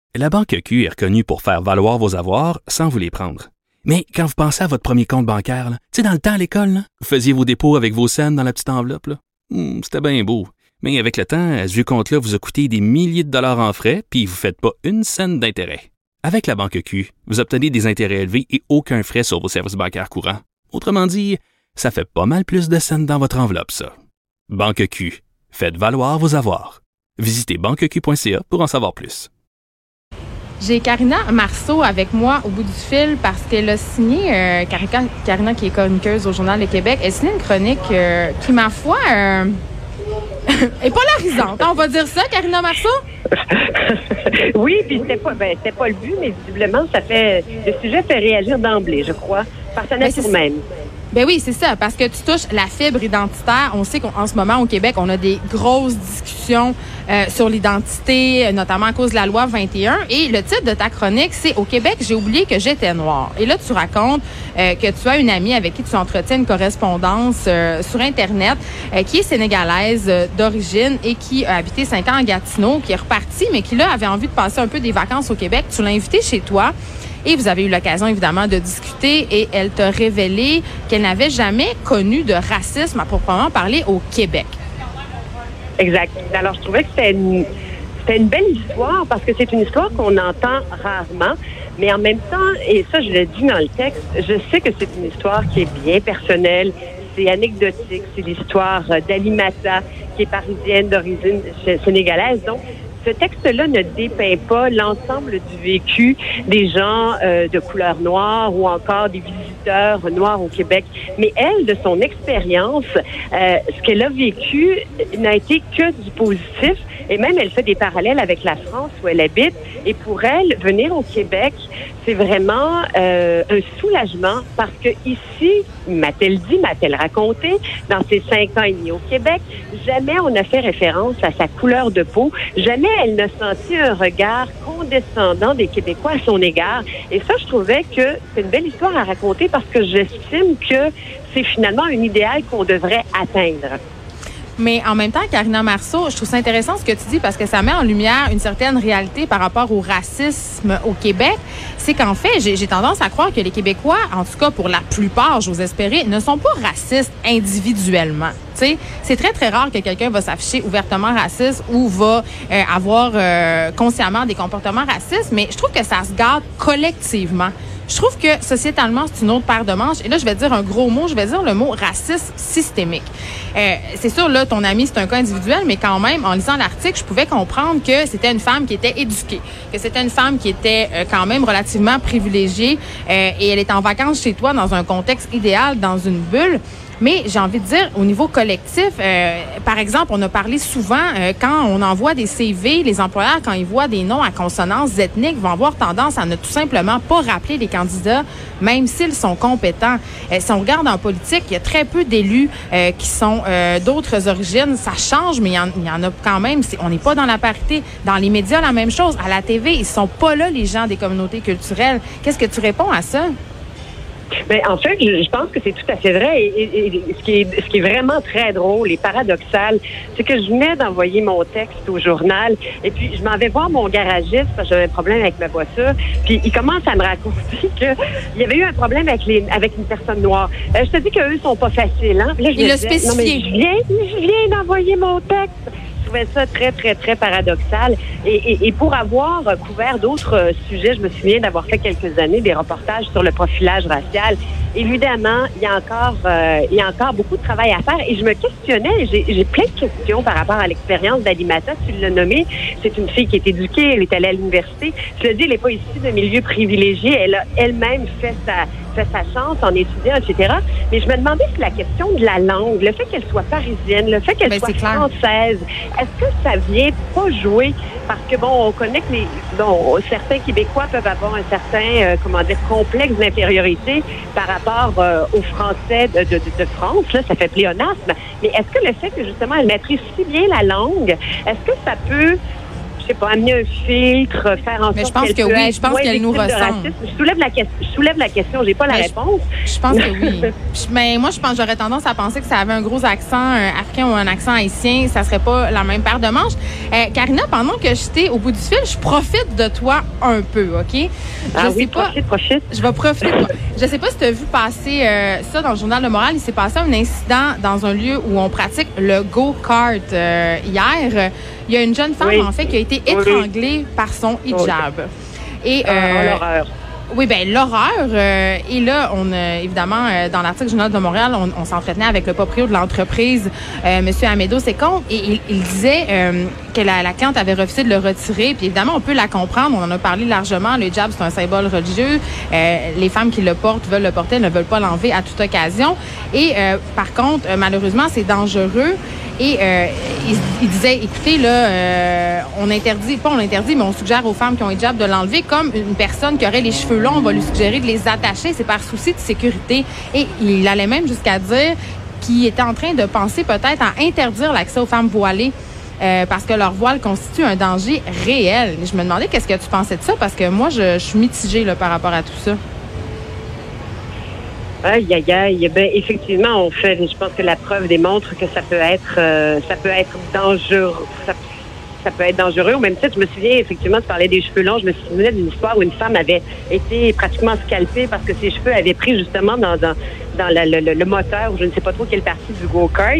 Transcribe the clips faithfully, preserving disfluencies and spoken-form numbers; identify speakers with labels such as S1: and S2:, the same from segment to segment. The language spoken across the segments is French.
S1: La Banque Q est reconnue pour faire valoir vos avoirs sans vous les prendre. Mais quand vous pensez à votre premier compte bancaire, tu sais, dans le temps à l'école, là, vous faisiez vos dépôts avec vos scènes dans la petite enveloppe. Là. Hum, c'était bien beau. Mais avec le temps, ce vieux compte-là vous a coûté des milliers de dollars en frais, puis vous ne faites pas une scène d'intérêt. Avec la Banque Q, vous obtenez des intérêts élevés et aucun frais sur vos services bancaires courants. Autrement dit, ça fait pas mal plus de scènes dans votre enveloppe, ça. Banque Q. Faites valoir vos avoirs. Visitez banque q point c a pour en savoir plus.
S2: J'ai Karina Marceau avec moi au bout du fil parce qu'elle a signé, euh, Karina, Karina qui est chroniqueuse au Journal de Québec, elle a signé une chronique euh, qui, ma foi, euh, est polarisante. On va dire ça, Karina Marceau?
S3: Oui, puis c'était pas, ben, c'était pas le but, mais visiblement, ça fait, le sujet fait réagir d'emblée, je crois, par sa nature même.
S2: Ben oui, c'est ça, parce que tu touches la fibre identitaire. On sait qu'en ce moment, au Québec, on a des grosses discussions euh, sur l'identité, notamment à cause de la loi vingt et un. Et le titre de ta chronique, c'est « Au Québec, j'ai oublié que j'étais noire ». Et là, tu racontes euh, que tu as une amie avec qui tu entretiens une correspondance euh, sur Internet euh, qui est sénégalaise euh, d'origine et qui a habité cinq ans à Gatineau, qui est repartie, mais qui, là, avait envie de passer un peu des vacances au Québec. Tu l'as invitée chez toi. Et vous avez eu l'occasion, évidemment, de discuter et elle t'a révélé qu'elle n'avait jamais connu de racisme à proprement parler au Québec.
S3: Exact. Alors, je trouvais que c'était une, c'était une belle histoire parce que c'est une histoire qu'on entend rarement. Mais en même temps, et ça, je le dis dans le texte, je sais que c'est une histoire qui est bien personnelle. C'est anecdotique. C'est l'histoire d'Alimata, qui est parisienne d'origine sénégalaise. Donc, ce texte-là ne dépeint pas l'ensemble du vécu des gens euh, de couleur noire ou encore des visiteurs noirs au Québec. Mais elle, de son expérience, euh, ce qu'elle a vécu n'a été que du positif. Et même, elle fait des parallèles avec la France où elle habite. Et pour elle, venir au Québec, c'est vraiment euh, un soulagement parce que ici, m'a-t-elle dit, m'a-t-elle raconté, dans ses cinq ans et demi au Québec, jamais on n'a fait référence à sa couleur de peau. Jamais elle n'a senti un regard condescendant des Québécois à son égard. Et ça, je trouvais que c'est une belle histoire à raconter parce que j'estime que c'est finalement un idéal qu'on devrait atteindre.
S2: Mais en même temps, Karina Marceau, je trouve ça intéressant ce que tu dis parce que ça met en lumière une certaine réalité par rapport au racisme au Québec. C'est qu'en fait, j'ai, j'ai tendance à croire que les Québécois, en tout cas pour la plupart, j'ose espérer, ne sont pas racistes individuellement. Tu sais, c'est très, très rare que quelqu'un va s'afficher ouvertement raciste ou va euh, avoir euh, consciemment des comportements racistes, mais je trouve que ça se garde collectivement. Je trouve que sociétalement, c'est une autre paire de manches. Et là, je vais dire un gros mot, je vais dire le mot racisme systémique. Euh, c'est sûr, là, ton ami, c'est un cas individuel, mais quand même, en lisant l'article, je pouvais comprendre que c'était une femme qui était éduquée, que c'était une femme qui était euh, quand même relativement privilégiée euh, et elle est en vacances chez toi dans un contexte idéal, dans une bulle. Mais j'ai envie de dire, au niveau collectif, euh, par exemple, on a parlé souvent, euh, quand on envoie des C V, les employeurs, quand ils voient des noms à consonance ethnique, vont avoir tendance à ne tout simplement pas rappeler les candidats, même s'ils sont compétents. Euh, si on regarde en politique, il y a très peu d'élus euh, qui sont euh, d'autres origines. Ça change, mais il y en, il y en a quand même. C'est, on n'est pas dans la parité. Dans les médias, la même chose. À la T V, ils sont pas là, les gens des communautés culturelles. Qu'est-ce que tu réponds à ça?
S3: Ben, en fait, je, je pense que c'est tout à fait vrai. Et, et, et ce, qui est, ce qui est vraiment très drôle et paradoxal, c'est que je venais d'envoyer mon texte au journal et puis je m'en vais voir mon garagiste parce que j'avais un problème avec ma voiture. Puis il commence à me raconter qu'il y avait eu un problème avec, les, avec une personne noire. Euh, je te dis qu'eux sont pas faciles. Hein? Là, je
S2: il l'a
S3: disais,
S2: spécifié.
S3: Non, mais je viens, je viens d'envoyer mon texte. Je trouvais ça très, très, très paradoxal. Et, et, et pour avoir couvert d'autres euh, sujets, je me souviens d'avoir fait quelques années des reportages sur le profilage racial. Évidemment, il y a encore, euh, il y a encore beaucoup de travail à faire. Et je me questionnais, j'ai, j'ai plein de questions par rapport à l'expérience d'Alimata. Tu l'as nommé, c'est une fille qui est éduquée, elle est allée à l'université. Je le dis, elle n'est pas issue d'un milieu privilégié. Elle a elle-même fait sa, fait sa chance en étudiant, et cetera. Mais je me demandais si la question de la langue, le fait qu'elle soit parisienne, le fait qu'elle
S2: ben,
S3: soit française, est-ce que ça vient pas jouer? Parce que, bon, on connaît que les, bon, certains Québécois peuvent avoir un certain, euh, comment dire, complexe d'infériorité par rapport euh, aux Français de, de, de France. Là, ça fait pléonasme. Mais est-ce que le fait que, justement, elle maîtrise si bien la langue, est-ce que ça peut, je sais pas, amener un filtre, faire en
S2: mais
S3: sorte
S2: je pense
S3: qu'elle
S2: que
S3: peut
S2: oui,
S3: être
S2: je pense
S3: moins
S2: qu'elle nous
S3: victime de
S2: ressemble.
S3: racisme. Je soulève la, que- je soulève la question, j'ai pas la
S2: Mais
S3: réponse.
S2: Je, je pense que oui. Je- mais moi, je pense, j'aurais tendance à penser que ça avait un gros accent euh, africain ou un accent haïtien, ça serait pas la même paire de manches. Euh, Karina, pendant que j'étais au bout du fil, je profite de toi un peu, OK? Je
S3: Ah
S2: sais
S3: oui,
S2: pas,
S3: profite, profite.
S2: Je vais profiter de toi. Je sais pas si tu as vu passer euh, ça dans le Journal de Montréal. Il s'est passé un incident dans un lieu où on pratique le go-kart euh, hier. Il y a une jeune femme,
S3: Oui.
S2: en fait, qui a été étranglée oui. par son hijab. Et,
S3: euh,
S2: euh,
S3: oh, l'horreur.
S2: Oui, ben l'horreur. Euh, et là, on euh, évidemment, euh, dans l'article du Journal de Montréal, on, on s'entretenait avec le proprio de l'entreprise, euh, M. Amedo Secombe, et il, il disait euh, que la, la cliente avait refusé de le retirer. Puis évidemment, on peut la comprendre. On en a parlé largement. Le hijab, c'est un symbole religieux. Euh, les femmes qui le portent veulent le porter, elles ne veulent pas l'enlever à toute occasion. Et euh, par contre, euh, malheureusement, c'est dangereux. Et euh, il, il disait, écoutez, là, euh, on interdit, pas on interdit, mais on suggère aux femmes qui ont hijab de l'enlever comme une personne qui aurait les cheveux longs, on va lui suggérer de les attacher, c'est par souci de sécurité. Et il allait même jusqu'à dire qu'il était en train de penser peut-être à interdire l'accès aux femmes voilées euh, parce que leur voile constitue un danger réel. Je me demandais qu'est-ce que tu pensais de ça, parce que moi, je, je suis mitigée là, par rapport à tout ça.
S3: Aïe, aïe, aïe. Ben, effectivement, on fait, je pense que la preuve démontre que ça peut être, euh, ça peut être dangereux. Ça, ça peut être dangereux. Au même titre, je me souviens, effectivement, tu parlais des cheveux longs. Je me souvenais d'une histoire où une femme avait été pratiquement scalpée parce que ses cheveux avaient pris justement dans, dans, dans la, le, le, le moteur, ou je ne sais pas trop quelle partie du go-kart.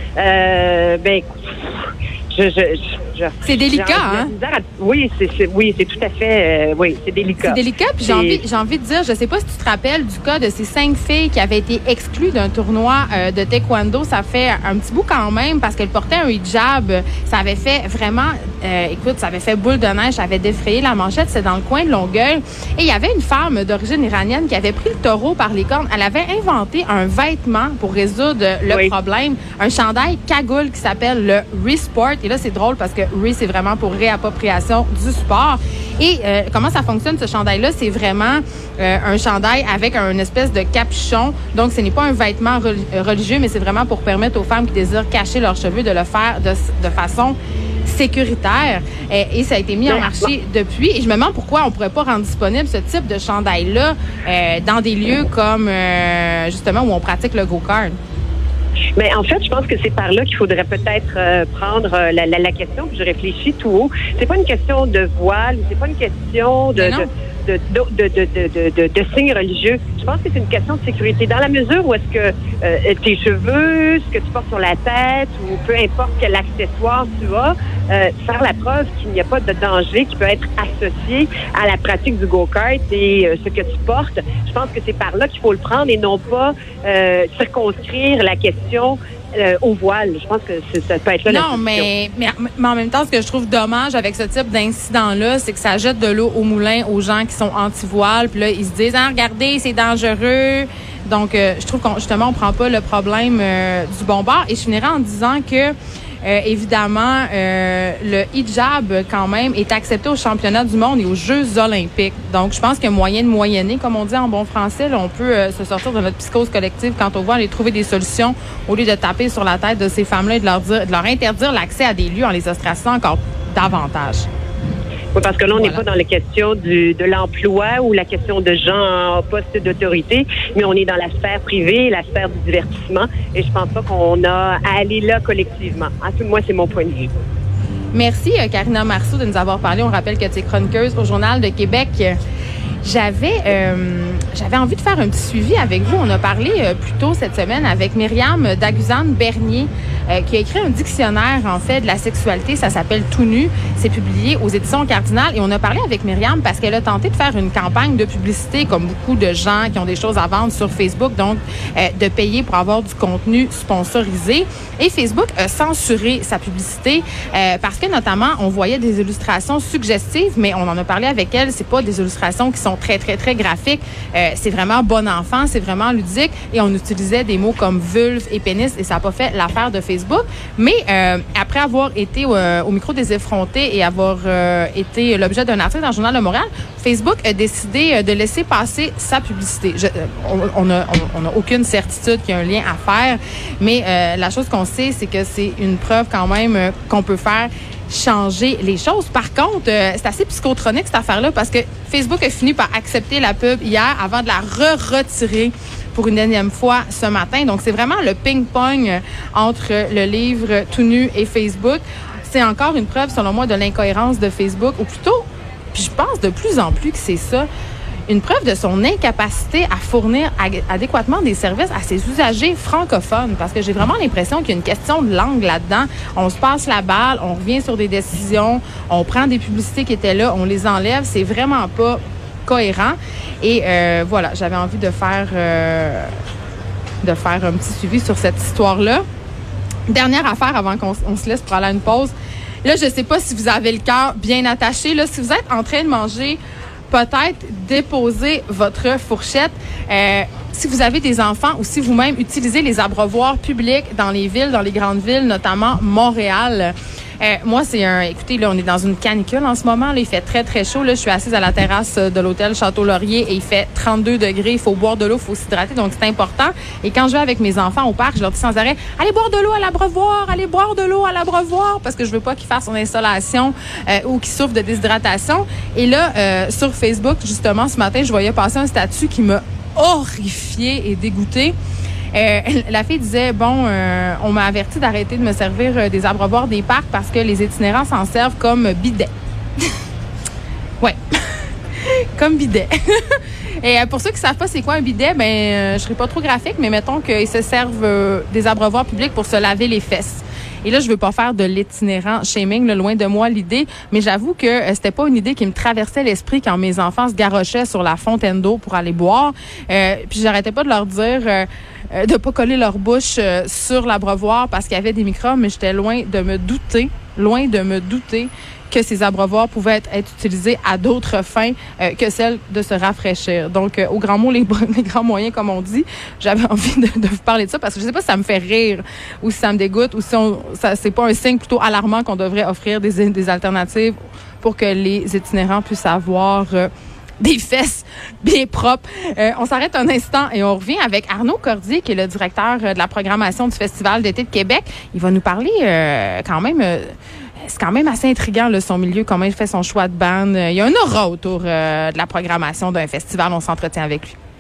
S3: Euh, ben, je, je, je, je
S2: c'est délicat, hein?
S3: À, oui, c'est, c'est, oui, c'est tout à fait, euh, oui, c'est délicat.
S2: C'est délicat, puis j'ai envie, j'ai envie de dire, je sais pas si tu te rappelles du cas de ces cinq filles qui avaient été exclues d'un tournoi euh, de taekwondo. Ça fait un petit bout quand même parce qu'elles portaient un hijab. Ça avait fait vraiment, euh, écoute, ça avait fait boule de neige, ça avait défrayé la manchette. C'est dans le coin de Longueuil. Et il y avait une femme d'origine iranienne qui avait pris le taureau par les cornes. Elle avait inventé un vêtement pour résoudre le oui. problème, un chandail cagoule qui s'appelle le Resport. Et là, c'est drôle parce que Re, c'est vraiment pour réappropriation du sport. Et euh, comment ça fonctionne, ce chandail-là? C'est vraiment euh, un chandail avec un espèce de capuchon. Donc, ce n'est pas un vêtement religieux, mais c'est vraiment pour permettre aux femmes qui désirent cacher leurs cheveux de le faire de, de façon sécuritaire. Et, et ça a été mis en marché depuis. Et je me demande pourquoi on pourrait pas rendre disponible ce type de chandail-là euh, dans des lieux comme, euh, justement, où on pratique le go-kart.
S3: Mais en fait, je pense que c'est par là qu'il faudrait peut-être euh, prendre euh, la, la, la question, puis je réfléchis tout haut. C'est pas une question de voile, c'est pas une question de, de, de, de, de, de, de, de signes religieux. Je pense que c'est une question de sécurité. Dans la mesure où est-ce que euh, tes cheveux, ce que tu portes sur la tête, ou peu importe quel accessoire tu as, euh, faire la preuve qu'il n'y a pas de danger qui peut être associé à la pratique du go-kart et euh, ce que tu portes. Je pense que c'est par là qu'il faut le prendre et non pas euh, circonscrire la question Euh, au voile. Je pense que c'est, ça peut être là.
S2: Non, mais, mais, mais en même temps, ce que je trouve dommage avec ce type d'incident-là, c'est que ça jette de l'eau au moulin aux gens qui sont anti-voile. Puis là, ils se disent, ah, regardez, c'est dangereux. Donc, euh, je trouve qu'on justement, on prend pas le problème euh, du bon bord. Et je finirai en disant que Euh, évidemment, euh, le hijab, quand même, est accepté aux championnats du monde et aux Jeux olympiques. Donc, je pense qu'il y a moyen de moyenner, comme on dit en bon français. Là, on peut euh, se sortir de notre psychose collective quand on voit aller trouver des solutions au lieu de taper sur la tête de ces femmes-là et de leur dire, de leur interdire l'accès à des lieux en les ostracisant encore davantage.
S3: Oui, parce que là, on n'est
S2: voilà.
S3: pas dans la question du, de l'emploi ou la question de gens en poste d'autorité, mais on est dans la sphère privée, la sphère du divertissement, et je pense pas qu'on a à aller là collectivement. En tout cas, moi, c'est mon point de vue.
S2: Merci, Karina Marceau, de nous avoir parlé. On rappelle que tu es chroniqueuse au Journal de Québec. J'avais euh, j'avais envie de faire un petit suivi avec vous. On a parlé euh, plus tôt cette semaine avec Myriam Daguzan-Bernier, euh, qui a écrit un dictionnaire, en fait, de la sexualité. Ça s'appelle Tout nu. C'est publié aux éditions Cardinal. Et on a parlé avec Myriam parce qu'elle a tenté de faire une campagne de publicité, comme beaucoup de gens qui ont des choses à vendre sur Facebook, donc euh, de payer pour avoir du contenu sponsorisé. Et Facebook a censuré sa publicité euh, parce que, notamment, on voyait des illustrations suggestives, mais on en a parlé avec elle. C'est pas des illustrations qui sont très, très, très graphiques. Euh, c'est vraiment bon enfant, c'est vraiment ludique. Et on utilisait des mots comme vulve et pénis et ça n'a pas fait l'affaire de Facebook. Mais euh, après avoir été euh, au micro des effrontés et avoir euh, été l'objet d'un article dans le Journal de Montréal, Facebook a décidé de laisser passer sa publicité. Je, on n'a on, on a aucune certitude qu'il y a un lien à faire, mais euh, la chose qu'on sait, c'est que c'est une preuve quand même euh, qu'on peut faire changer les choses. Par contre, euh, c'est assez psychotronique cette affaire-là parce que Facebook a fini par accepter la pub hier avant de la re-retirer pour une énième fois ce matin. Donc, c'est vraiment le ping-pong entre le livre tout nu et Facebook. C'est encore une preuve, selon moi, de l'incohérence de Facebook, ou plutôt, puis je pense de plus en plus que c'est ça, une preuve de son incapacité à fournir adéquatement des services à ses usagers francophones. Parce que j'ai vraiment l'impression qu'il y a une question de langue là-dedans. On se passe la balle, on revient sur des décisions, on prend des publicités qui étaient là, on les enlève. C'est vraiment pas cohérent. Et euh, voilà, j'avais envie de faire, euh, de faire un petit suivi sur cette histoire-là. Dernière affaire avant qu'on on se laisse pour aller à une pause. Là, je sais pas si vous avez le cœur bien attaché. Là, si vous êtes en train de manger, peut-être déposer votre fourchette. Euh, si vous avez des enfants ou si vous-même utilisez les abreuvoirs publics dans les villes, dans les grandes villes, notamment Montréal. Euh, moi, c'est un... Écoutez, là, on est dans une canicule en ce moment. Là, il fait très, très chaud. Là, je suis assise à la terrasse de l'hôtel Château-Laurier et il fait trente-deux degrés. Il faut boire de l'eau, il faut s'hydrater. Donc, c'est important. Et quand je vais avec mes enfants au parc, je leur dis sans arrêt, allez boire de l'eau à l'abreuvoir, allez boire de l'eau à l'abreuvoir, parce que je veux pas qu'ils fassent son installation euh, ou qu'ils souffrent de déshydratation. Et là, euh, sur Facebook, justement, ce matin, je voyais passer un statut qui m'a horrifiée et dégoûtée. Euh, la fille disait, bon, euh, on m'a averti d'arrêter de me servir euh, des abreuvoirs des parcs parce que les itinérants s'en servent comme bidet. Ouais, comme bidet. Et euh, pour ceux qui savent pas c'est quoi un bidet, ben, euh, je serai pas trop graphique, mais mettons qu'ils se servent euh, des abreuvoirs publics pour se laver les fesses. Et là, je veux pas faire de l'itinérant shaming, là, loin de moi l'idée, mais j'avoue que euh, c'était pas une idée qui me traversait l'esprit quand mes enfants se garochaient sur la fontaine d'eau pour aller boire. Euh, puis j'arrêtais pas de leur dire euh, euh, de pas coller leur bouche euh, sur l'abreuvoir parce qu'il y avait des microbes, mais j'étais loin de me douter, loin de me douter que ces abreuvoirs pouvaient être, être utilisés à d'autres fins euh, que celles de se rafraîchir. Donc, euh, au grand mot, les, les grands moyens, comme on dit, j'avais envie de, de vous parler de ça parce que je sais pas si ça me fait rire ou si ça me dégoûte ou si on, ça, c'est pas un signe plutôt alarmant qu'on devrait offrir des, des alternatives pour que les itinérants puissent avoir euh, des fesses bien propres. Euh, on s'arrête un instant et on revient avec Arnaud Cordier, qui est le directeur de la programmation du Festival d'été de Québec. Il va nous parler euh, quand même... Euh, c'est quand même assez intriguant, là, son milieu, comment il fait son choix de band. Il y a un aura autour euh, de la programmation d'un festival. On s'entretient avec lui.